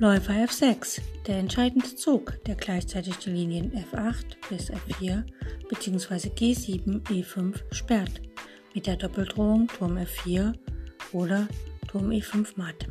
Läufer F6, der entscheidende Zug, der gleichzeitig die Linien F8 bis F4 bzw. G7, E5 sperrt, mit der Doppeldrohung Turm F4 oder Turm E5 matt.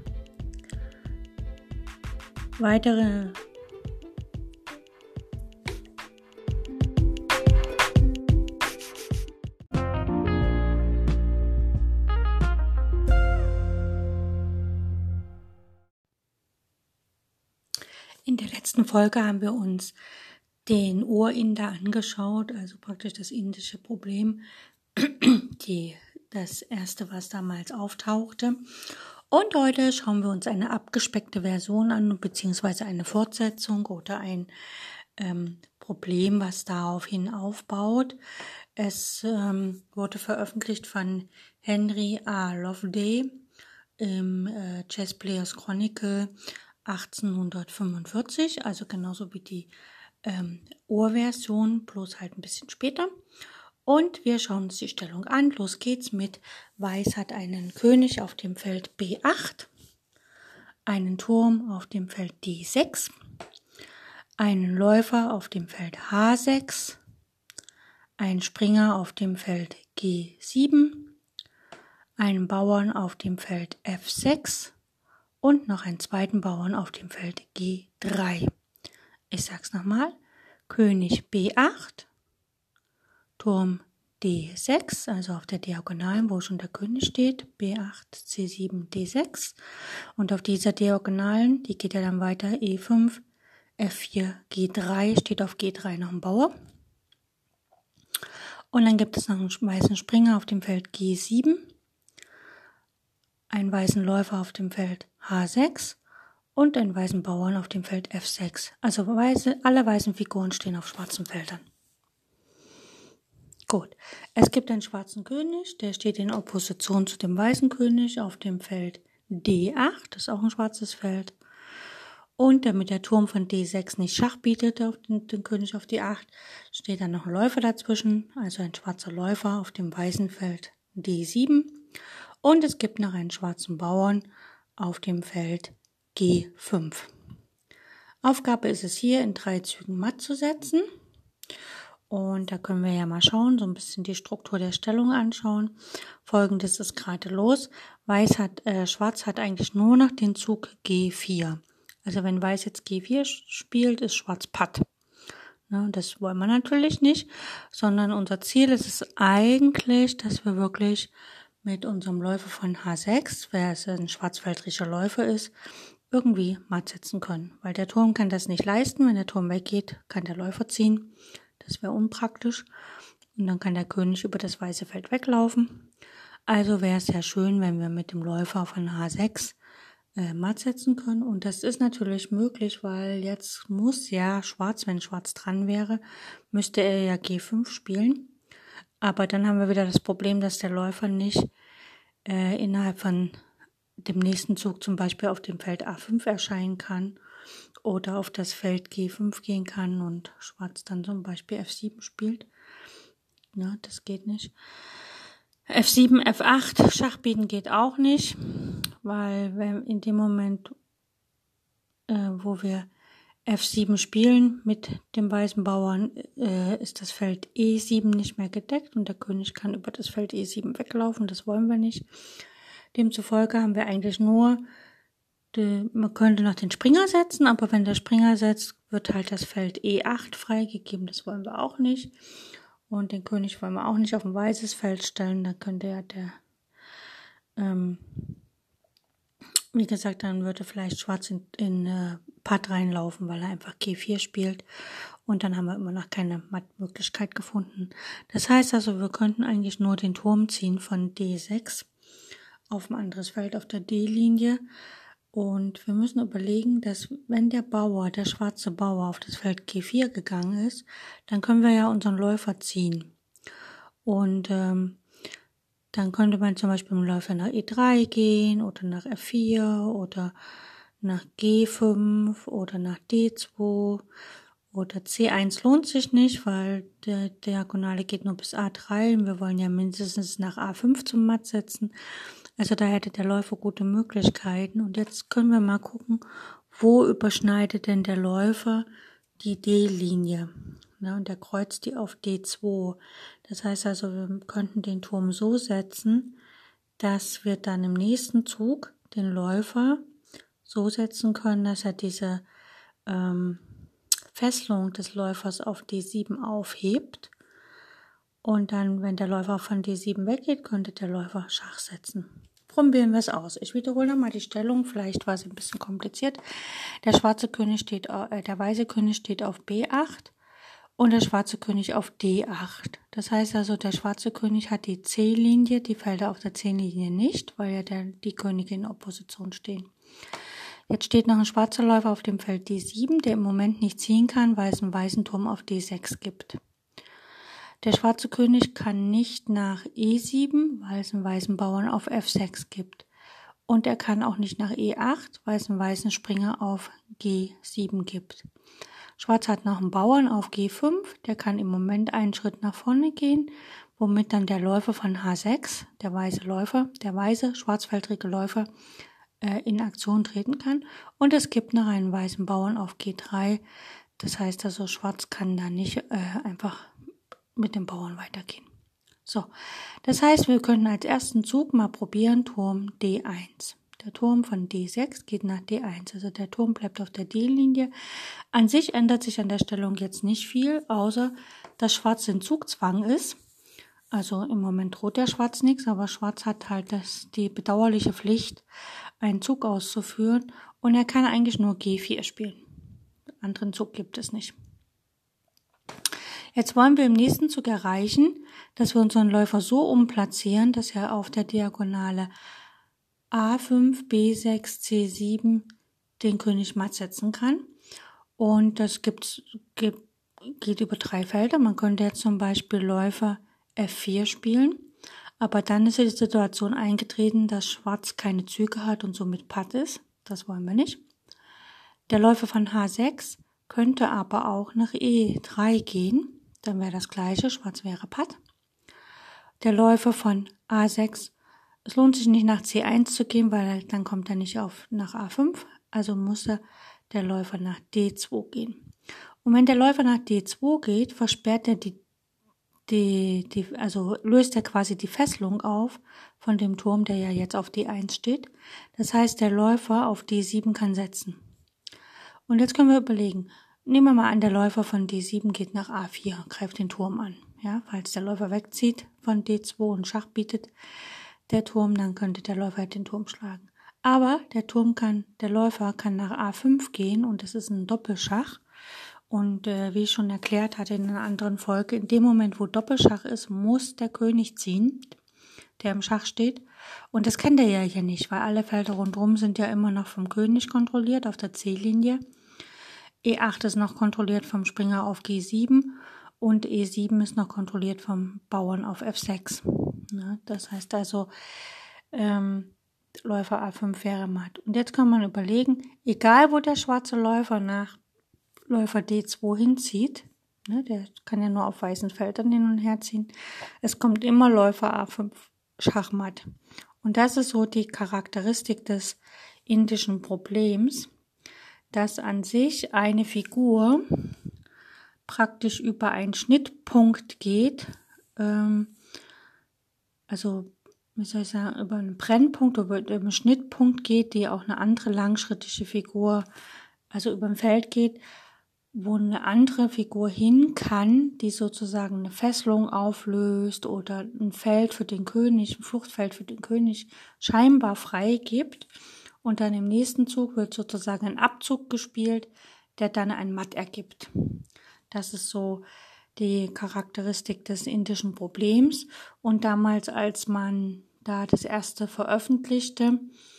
In der letzten Folge haben wir uns den Urinder angeschaut, also praktisch das indische Problem, das erste, was damals auftauchte. Und heute schauen wir uns eine abgespeckte Version an, beziehungsweise eine Fortsetzung oder ein Problem, was daraufhin aufbaut. Es wurde veröffentlicht von Henry A. Loveday im Chess Players Chronicle 1845, also genauso wie die Urversion, bloß halt ein bisschen später. Und wir schauen uns die Stellung an. Los geht's mit Weiß hat einen König auf dem Feld B8, einen Turm auf dem Feld D6, einen Läufer auf dem Feld H6, einen Springer auf dem Feld G7, einen Bauern auf dem Feld F6 und noch einen zweiten Bauern auf dem Feld G3. Ich sag's nochmal. König B8, Turm D6, also auf der Diagonalen, wo schon der König steht, B8, C7, D6. Und auf dieser Diagonalen, die geht ja dann weiter, E5, F4, G3, steht auf G3 noch ein Bauer. Und dann gibt es noch einen weißen Springer auf dem Feld G7, einen weißen Läufer auf dem Feld H6 und einen weißen Bauern auf dem Feld F6. Also alle weißen Figuren stehen auf schwarzen Feldern. Gut, es gibt einen schwarzen König, der steht in Opposition zu dem weißen König auf dem Feld D8, das ist auch ein schwarzes Feld. Und damit der Turm von D6 nicht Schach bietet auf den König auf D8, steht dann noch ein Läufer dazwischen, also ein schwarzer Läufer auf dem weißen Feld D7. Und es gibt noch einen schwarzen Bauern auf dem Feld G5. Aufgabe ist es hier, in 3 Zügen matt zu setzen. Und da können wir ja mal schauen, so ein bisschen die Struktur der Stellung anschauen. Folgendes ist gerade los. Schwarz hat eigentlich nur noch den Zug G4. Also wenn Weiß jetzt G4 spielt, ist Schwarz Patt. Ne, das wollen wir natürlich nicht, sondern unser Ziel ist es eigentlich, dass wir wirklich mit unserem Läufer von H6, wer es ein schwarzfeldrischer Läufer ist, irgendwie matt setzen können. Weil der Turm kann das nicht leisten. Wenn der Turm weggeht, kann der Läufer ziehen. Das wäre unpraktisch. Und dann kann der König über das weiße Feld weglaufen. Also wäre es sehr schön, wenn wir mit dem Läufer von H6 matt setzen können. Und das ist natürlich möglich, weil jetzt muss ja Schwarz, wenn Schwarz dran wäre, müsste er ja G5 spielen. Aber dann haben wir wieder das Problem, dass der Läufer nicht innerhalb von dem nächsten Zug zum Beispiel auf dem Feld A5 erscheinen kann oder auf das Feld G5 gehen kann und Schwarz dann zum Beispiel F7 spielt. Ja, das geht nicht. F7, F8, Schach bieten geht auch nicht, weil wenn in dem Moment, wo wir F7 spielen mit dem weißen Bauern, ist das Feld E7 nicht mehr gedeckt und der König kann über das Feld E7 weglaufen. Das wollen wir nicht. Demzufolge haben wir eigentlich nur, man könnte noch den Springer setzen, aber wenn der Springer setzt, wird halt das Feld E8 freigegeben. Das wollen wir auch nicht. Und den König wollen wir auch nicht auf ein weißes Feld stellen. Da könnte ja wie gesagt, dann würde vielleicht Schwarz in Patt reinlaufen, weil er einfach G4 spielt. Und dann haben wir immer noch keine Mattmöglichkeit gefunden. Das heißt also, wir könnten eigentlich nur den Turm ziehen von D6 auf ein anderes Feld auf der D-Linie. Und wir müssen überlegen, dass wenn der schwarze Bauer auf das Feld G4 gegangen ist, dann können wir ja unseren Läufer ziehen. Und dann könnte man zum Beispiel mit dem Läufer nach E3 gehen oder nach F4 oder nach G5 oder nach D2 oder C1 lohnt sich nicht, weil der Diagonale geht nur bis A3 und wir wollen ja mindestens nach A5 zum Matt setzen. Also da hätte der Läufer gute Möglichkeiten. Und jetzt können wir mal gucken, wo überschneidet denn der Läufer die D-Linie? Ja, und der kreuzt die auf D2. Das heißt also, wir könnten den Turm so setzen, dass wir dann im nächsten Zug den Läufer so setzen können, dass er diese Fesselung des Läufers auf D7 aufhebt. Und dann, wenn der Läufer von D7 weggeht, könnte der Läufer Schach setzen. Probieren wir es aus. Ich wiederhole nochmal die Stellung, vielleicht war es ein bisschen kompliziert. Der weiße König steht auf B8 und der schwarze König auf D8. Das heißt also, der schwarze König hat die C-Linie, die Felder auf der C-Linie nicht, weil ja die Könige in Opposition stehen. Jetzt steht noch ein schwarzer Läufer auf dem Feld D7, der im Moment nicht ziehen kann, weil es einen weißen Turm auf D6 gibt. Der schwarze König kann nicht nach E7, weil es einen weißen Bauern auf F6 gibt. Und er kann auch nicht nach E8, weil es einen weißen Springer auf G7 gibt. Schwarz hat noch einen Bauern auf G5, der kann im Moment einen Schritt nach vorne gehen, womit dann der Läufer von H6, der weiße schwarzfeldrige Läufer, in Aktion treten kann. Und es gibt noch einen weißen Bauern auf G3. Das heißt also, Schwarz kann da nicht einfach mit dem Bauern weitergehen. So, das heißt, wir könnten als ersten Zug mal probieren, Turm D1. Der Turm von D6 geht nach D1, also der Turm bleibt auf der D-Linie. An sich ändert sich an der Stellung jetzt nicht viel, außer dass Schwarz in Zugzwang ist. Also im Moment droht der Schwarz nichts, aber Schwarz hat halt die bedauerliche Pflicht, einen Zug auszuführen und er kann eigentlich nur G4 spielen. Einen anderen Zug gibt es nicht. Jetzt wollen wir im nächsten Zug erreichen, dass wir unseren Läufer so umplatzieren, dass er auf der Diagonale A5, B6, C7 den König matt setzen kann. Und das geht über 3 Felder. Man könnte jetzt zum Beispiel Läufer F4 spielen, aber dann ist die Situation eingetreten, dass Schwarz keine Züge hat und somit Patt ist. Das wollen wir nicht. Der Läufer von H6 könnte aber auch nach E3 gehen. Dann wäre das gleiche, Schwarz wäre Patt. Der Läufer von A6, es lohnt sich nicht nach C1 zu gehen, weil dann kommt er nicht nach A5. Also muss der Läufer nach D2 gehen. Und wenn der Läufer nach D2 geht, versperrt er also löst er quasi die Fesselung auf von dem Turm, der ja jetzt auf D1 steht. Das heißt, der Läufer auf D7 kann setzen. Und jetzt können wir überlegen, nehmen wir mal an, der Läufer von D7 geht nach A4, greift den Turm an. Ja, falls der Läufer wegzieht von D2 und Schach bietet der Turm, dann könnte der Läufer den Turm schlagen. Aber der Läufer kann nach A5 gehen und das ist ein Doppelschach. Und wie ich schon erklärt hatte in einer anderen Folge, in dem Moment, wo Doppelschach ist, muss der König ziehen, der im Schach steht. Und das kennt er ja hier nicht, weil alle Felder rundherum sind ja immer noch vom König kontrolliert auf der C-Linie. E8 ist noch kontrolliert vom Springer auf G7 und E7 ist noch kontrolliert vom Bauern auf F6. Ja, das heißt also, Läufer A5 wäre matt. Und jetzt kann man überlegen, egal wo der schwarze Läufer nach Läufer D2 hinzieht, ne, der kann ja nur auf weißen Feldern hin und her ziehen, es kommt immer Läufer A5 Schachmatt. Und das ist so die Charakteristik des indischen Problems, dass an sich eine Figur praktisch über einen Schnittpunkt geht, also wie soll ich sagen, über einen Brennpunkt, über einen Schnittpunkt geht, die auch eine andere langschrittige Figur, also über ein Feld geht, wo eine andere Figur hin kann, die sozusagen eine Fesselung auflöst oder ein Feld für den König, ein Fluchtfeld für den König scheinbar frei gibt. Und dann im nächsten Zug wird sozusagen ein Abzug gespielt, der dann ein Matt ergibt. Das ist so die Charakteristik des indischen Problems. Und damals, als man da das erste veröffentlichte,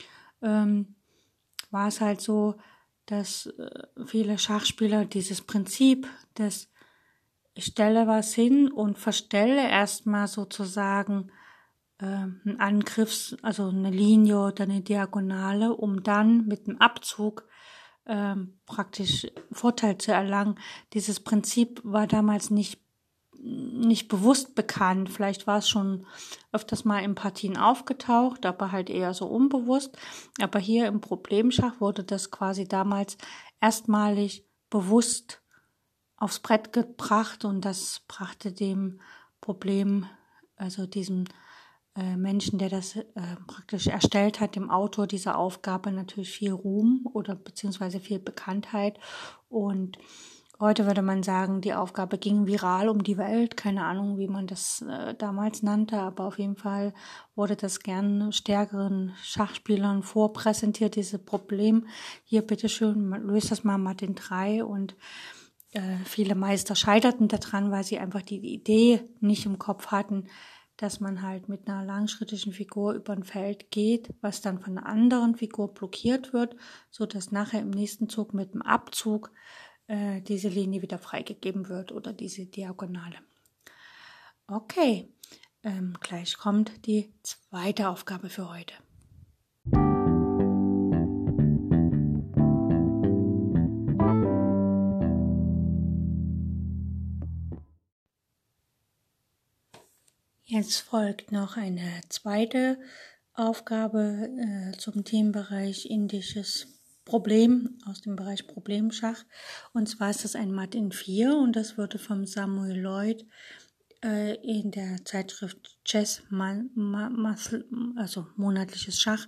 war es halt so, dass viele Schachspieler dieses Prinzip des ich stelle was hin und verstelle erstmal sozusagen einen also eine Linie oder eine Diagonale, um dann mit dem Abzug praktisch Vorteil zu erlangen. Dieses Prinzip war damals nicht nicht bewusst bekannt. Vielleicht war es schon öfters mal in Partien aufgetaucht, aber halt eher so unbewusst. Aber hier im Problemschach wurde das quasi damals erstmalig bewusst aufs Brett gebracht und das brachte dem Problem, also diesem Menschen, der das praktisch erstellt hat, dem Autor dieser Aufgabe natürlich viel Ruhm oder beziehungsweise viel Bekanntheit. Und heute würde man sagen, die Aufgabe ging viral um die Welt. Keine Ahnung, wie man das damals nannte, aber auf jeden Fall wurde das gern stärkeren Schachspielern vorpräsentiert, dieses Problem. Hier, bitteschön, löst das mal Martin 3 und viele Meister scheiterten daran, weil sie einfach die Idee nicht im Kopf hatten, dass man halt mit einer langschrittigen Figur über ein Feld geht, was dann von einer anderen Figur blockiert wird, sodass nachher im nächsten Zug mit dem Abzug diese Linie wieder freigegeben wird oder diese Diagonale. Okay, gleich kommt die zweite Aufgabe für heute. Jetzt folgt noch eine zweite Aufgabe zum Themenbereich indisches Problem aus dem Bereich Problemschach. Und zwar ist das ein Matt in 4 und das wurde vom Samuel Lloyd in der Zeitschrift Chess, also monatliches Schach,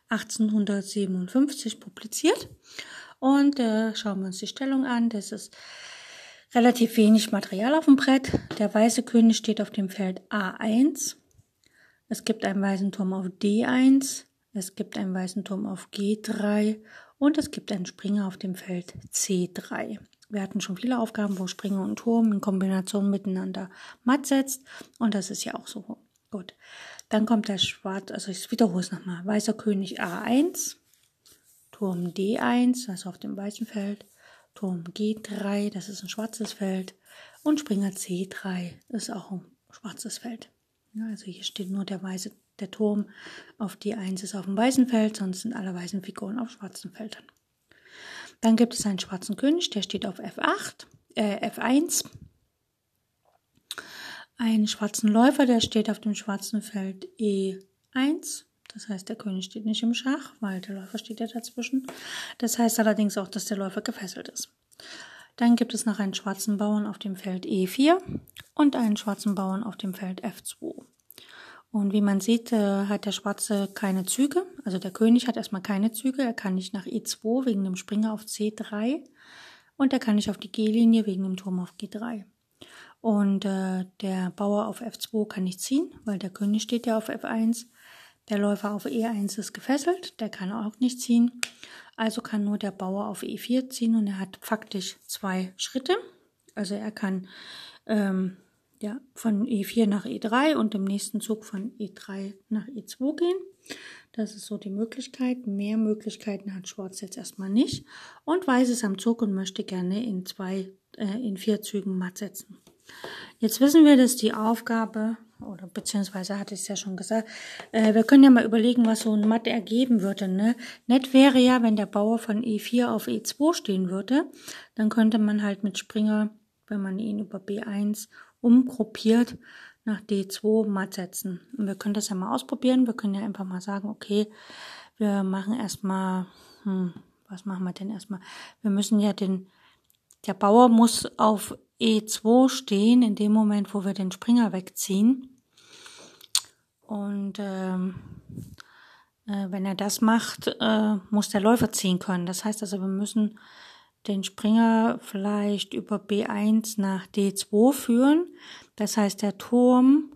1857 publiziert. Und schauen wir uns die Stellung an. Das ist relativ wenig Material auf dem Brett. Der weiße König steht auf dem Feld A1. Es gibt einen weißen Turm auf D1. Es gibt einen weißen Turm auf G3. Und es gibt einen Springer auf dem Feld C3. Wir hatten schon viele Aufgaben, wo Springer und Turm in Kombination miteinander matt setzt. Und das ist ja auch so. Gut. Dann kommt der Schwarz, also ich wiederhole es nochmal. Weißer König A1. Turm D1, also auf dem weißen Feld. Turm G3, das ist ein schwarzes Feld. Und Springer C3 ist auch ein schwarzes Feld. Ja, also hier steht nur der Turm auf D1 ist auf dem weißen Feld, sonst sind alle weißen Figuren auf schwarzen Feldern. Dann gibt es einen schwarzen König, der steht auf F1. Einen schwarzen Läufer, der steht auf dem schwarzen Feld E1. Das heißt, der König steht nicht im Schach, weil der Läufer steht ja dazwischen. Das heißt allerdings auch, dass der Läufer gefesselt ist. Dann gibt es noch einen schwarzen Bauern auf dem Feld E4 und einen schwarzen Bauern auf dem Feld F2. Und wie man sieht, hat der Schwarze keine Züge. Also der König hat erstmal keine Züge. Er kann nicht nach E2 wegen dem Springer auf C3 und er kann nicht auf die G-Linie wegen dem Turm auf G3. Und der Bauer auf F2 kann nicht ziehen, weil der König steht ja auf F1. Der Läufer auf E1 ist gefesselt, der kann auch nicht ziehen. Also kann nur der Bauer auf E4 ziehen und er hat faktisch 2 Schritte. Also er kann von E4 nach E3 und im nächsten Zug von E3 nach E2 gehen. Das ist so die Möglichkeit. Mehr Möglichkeiten hat Schwarz jetzt erstmal nicht. Und Weiß ist am Zug und möchte gerne in 4 Zügen matt setzen. Jetzt wissen wir, dass die Aufgabe, oder beziehungsweise hatte ich es ja schon gesagt, wir können ja mal überlegen, was so ein Matt ergeben würde. Ne? Nett wäre ja, wenn der Bauer von E4 auf E2 stehen würde, dann könnte man halt mit Springer, wenn man ihn über B1 umgruppiert, nach D2 matt setzen. Und wir können das ja mal ausprobieren. Wir können ja einfach mal sagen, okay, wir machen erstmal, was machen wir denn erstmal? Wir müssen ja der Bauer muss auf E2 stehen, in dem Moment, wo wir den Springer wegziehen. Und wenn er das macht, muss der Läufer ziehen können. Das heißt also, wir müssen den Springer vielleicht über B1 nach D2 führen. Das heißt, der Turm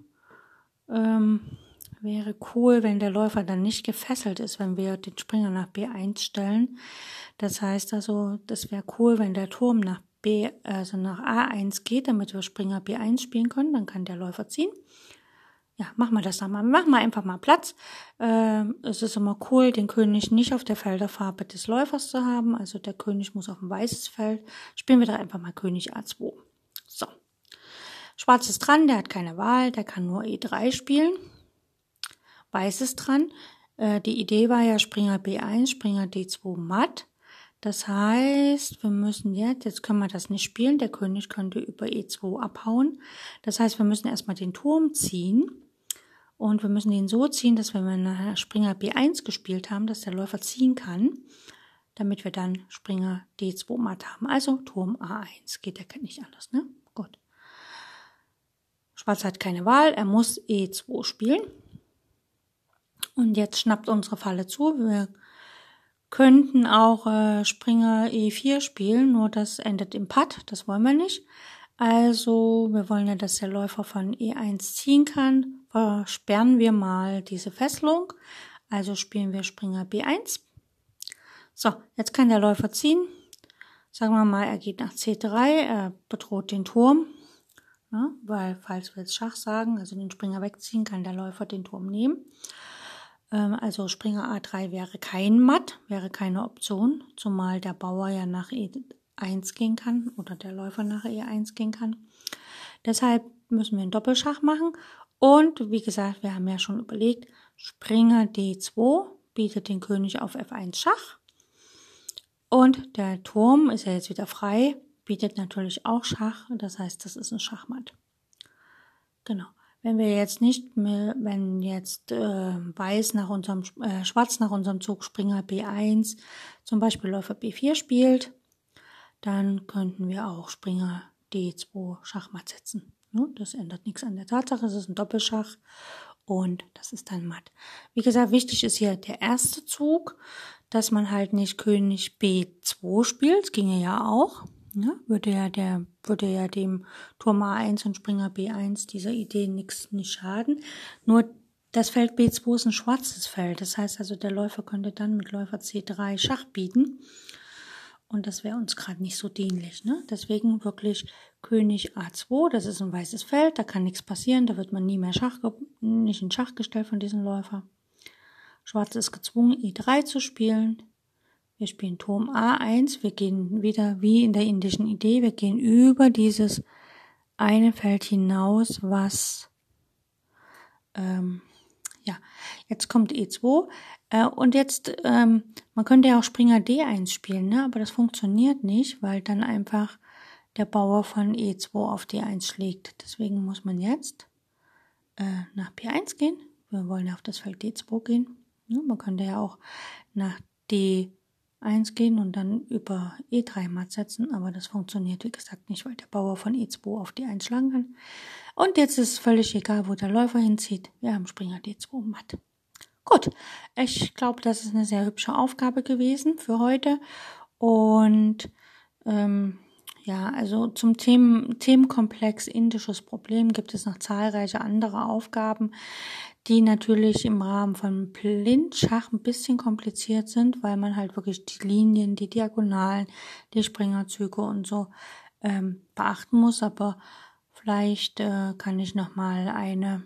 wäre cool, wenn der Läufer dann nicht gefesselt ist, wenn wir den Springer nach B1 stellen. Das heißt also, das wäre cool, wenn der Turm nach A1 geht, damit wir Springer B1 spielen können. Dann kann der Läufer ziehen. Ja, machen wir das dann mal. Machen wir einfach mal Platz. Es ist immer cool, den König nicht auf der Felderfarbe des Läufers zu haben. Also der König muss auf ein weißes Feld. Spielen wir da einfach mal König A2. So. Schwarz ist dran, der hat keine Wahl, der kann nur E3 spielen. Weiß ist dran. Die Idee war ja Springer B1, Springer D2 matt. Das heißt, wir müssen jetzt können wir das nicht spielen, der König könnte über E2 abhauen. Das heißt, wir müssen erstmal den Turm ziehen und wir müssen ihn so ziehen, dass wenn wir nachher Springer B1 gespielt haben, dass der Läufer ziehen kann, damit wir dann Springer D2 matt haben. Also Turm A1, geht ja nicht anders, ne? Gut. Schwarz hat keine Wahl, er muss E2 spielen. Und jetzt schnappt unsere Falle zu. Wir könnten auch Springer E4 spielen, nur das endet im Patt, das wollen wir nicht. Also wir wollen ja, dass der Läufer von E1 ziehen kann. Versperren wir mal diese Fesselung. Also spielen wir Springer B1. So, jetzt kann der Läufer ziehen. Sagen wir mal, er geht nach C3, er bedroht den Turm. Ja, weil, falls wir jetzt Schach sagen, also den Springer wegziehen, kann der Läufer den Turm nehmen. Also Springer A3 wäre kein Matt, wäre keine Option, zumal der Bauer ja nach E1 gehen kann oder der Läufer nach E1 gehen kann. Deshalb müssen wir einen Doppelschach machen und wie gesagt, wir haben ja schon überlegt, Springer D2 bietet den König auf F1 Schach und der Turm ist ja jetzt wieder frei, bietet natürlich auch Schach, das heißt, das ist ein Schachmatt. Genau. Wenn wir jetzt nicht mehr, wenn jetzt Weiß nach unserem Schwarz nach unserem Zug Springer B1 zum Beispiel Läufer B4 spielt, dann könnten wir auch Springer D2 Schachmatt setzen. Das ändert nichts an der Tatsache, es ist ein Doppelschach und das ist dann matt. Wie gesagt, wichtig ist hier der erste Zug, dass man halt nicht König B2 spielt, das ginge ja auch. Ja, würde ja dem Turm A1 und Springer B1 dieser Idee nicht schaden. Nur das Feld B2 ist ein schwarzes Feld. Das heißt also, der Läufer könnte dann mit Läufer C3 Schach bieten. Und das wäre uns gerade nicht so dienlich. Ne? Deswegen wirklich König A2, das ist ein weißes Feld, da kann nichts passieren, da wird man nie mehr nicht in Schach gestellt von diesem Läufer. Schwarz ist gezwungen, E3 zu spielen. Wir spielen Turm A1, wir gehen wieder wie in der indischen Idee, wir gehen über dieses eine Feld hinaus, was, jetzt kommt E2 und jetzt, man könnte ja auch Springer D1 spielen, ne? Aber das funktioniert nicht, weil dann einfach der Bauer von E2 auf D1 schlägt. Deswegen muss man jetzt nach P1 gehen, wir wollen ja auf das Feld D2 gehen, ne? Man könnte ja auch nach D1 gehen und dann über E3 matt setzen, aber das funktioniert wie gesagt nicht, weil der Bauer von E2 auf D1 schlagen kann. Und jetzt ist es völlig egal, wo der Läufer hinzieht. Wir haben Springer D2 matt. Gut, ich glaube, das ist eine sehr hübsche Aufgabe gewesen für heute. Und also zum Themenkomplex indisches Problem gibt es noch zahlreiche andere Aufgaben, die natürlich im Rahmen von Blindschach ein bisschen kompliziert sind, weil man halt wirklich die Linien, die Diagonalen, die Springerzüge und so beachten muss. Aber vielleicht kann ich nochmal eine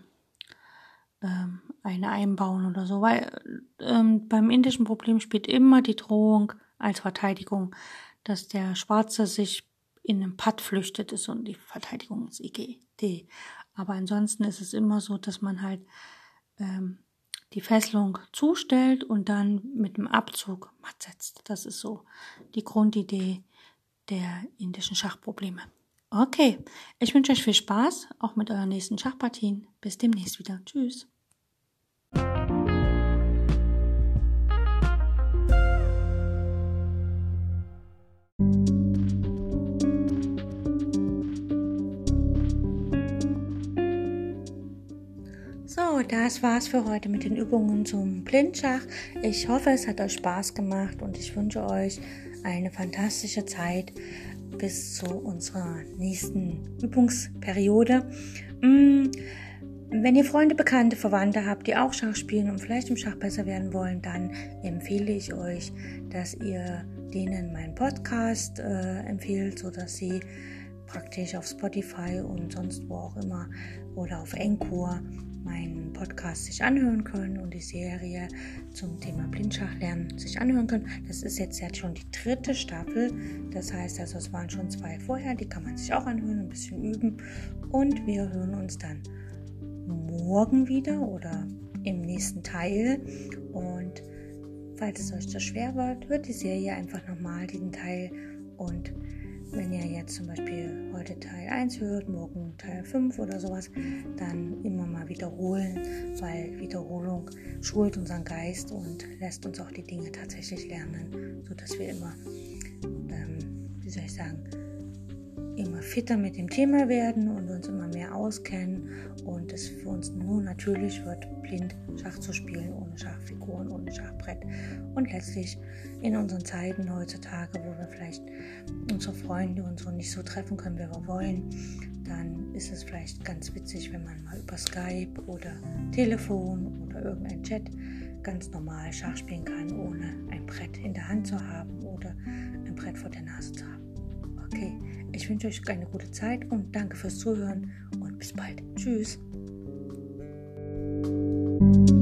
einbauen oder so, weil beim indischen Problem spielt immer die Drohung als Verteidigung, dass der Schwarze sich in einen Patt flüchtet ist und die Verteidigung ist EGD. Aber ansonsten ist es immer so, dass man halt die Fesselung zustellt und dann mit dem Abzug matt setzt. Das ist so die Grundidee der indischen Schachprobleme. Okay, ich wünsche euch viel Spaß, auch mit euren nächsten Schachpartien. Bis demnächst wieder. Tschüss. So, das war's für heute mit den Übungen zum Blindschach. Ich hoffe, es hat euch Spaß gemacht und ich wünsche euch eine fantastische Zeit bis zu unserer nächsten Übungsperiode. Wenn ihr Freunde, Bekannte, Verwandte habt, die auch Schach spielen und vielleicht im Schach besser werden wollen, dann empfehle ich euch, dass ihr denen meinen Podcast empfehlt, sodass sie praktisch auf Spotify und sonst wo auch immer oder auf Anchor meinen Podcast sich anhören können und die Serie zum Thema Blindschach lernen sich anhören können. Das ist jetzt schon die 3. Staffel, das heißt also, es waren schon 2 vorher, die kann man sich auch anhören, ein bisschen üben und wir hören uns dann morgen wieder oder im nächsten Teil und falls es euch zu schwer wird, hört die Serie einfach nochmal, diesen Teil. Und wenn ihr jetzt zum Beispiel heute Teil 1 hört, morgen Teil 5 oder sowas, dann immer mal wiederholen, weil Wiederholung schult unseren Geist und lässt uns auch die Dinge tatsächlich lernen, sodass wir immer, immer fitter mit dem Thema werden und uns immer mehr auskennen und es für uns nur natürlich wird, blind Schach zu spielen, ohne Schachfiguren, ohne Schachbrett. Und letztlich in unseren Zeiten heutzutage, wo wir vielleicht unsere Freunde und so nicht so treffen können, wie wir wollen, dann ist es vielleicht ganz witzig, wenn man mal über Skype oder Telefon oder irgendein Chat ganz normal Schach spielen kann, ohne ein Brett in der Hand zu haben oder ein Brett vor der Nase zu haben. Okay, ich wünsche euch eine gute Zeit und danke fürs Zuhören und bis bald. Tschüss.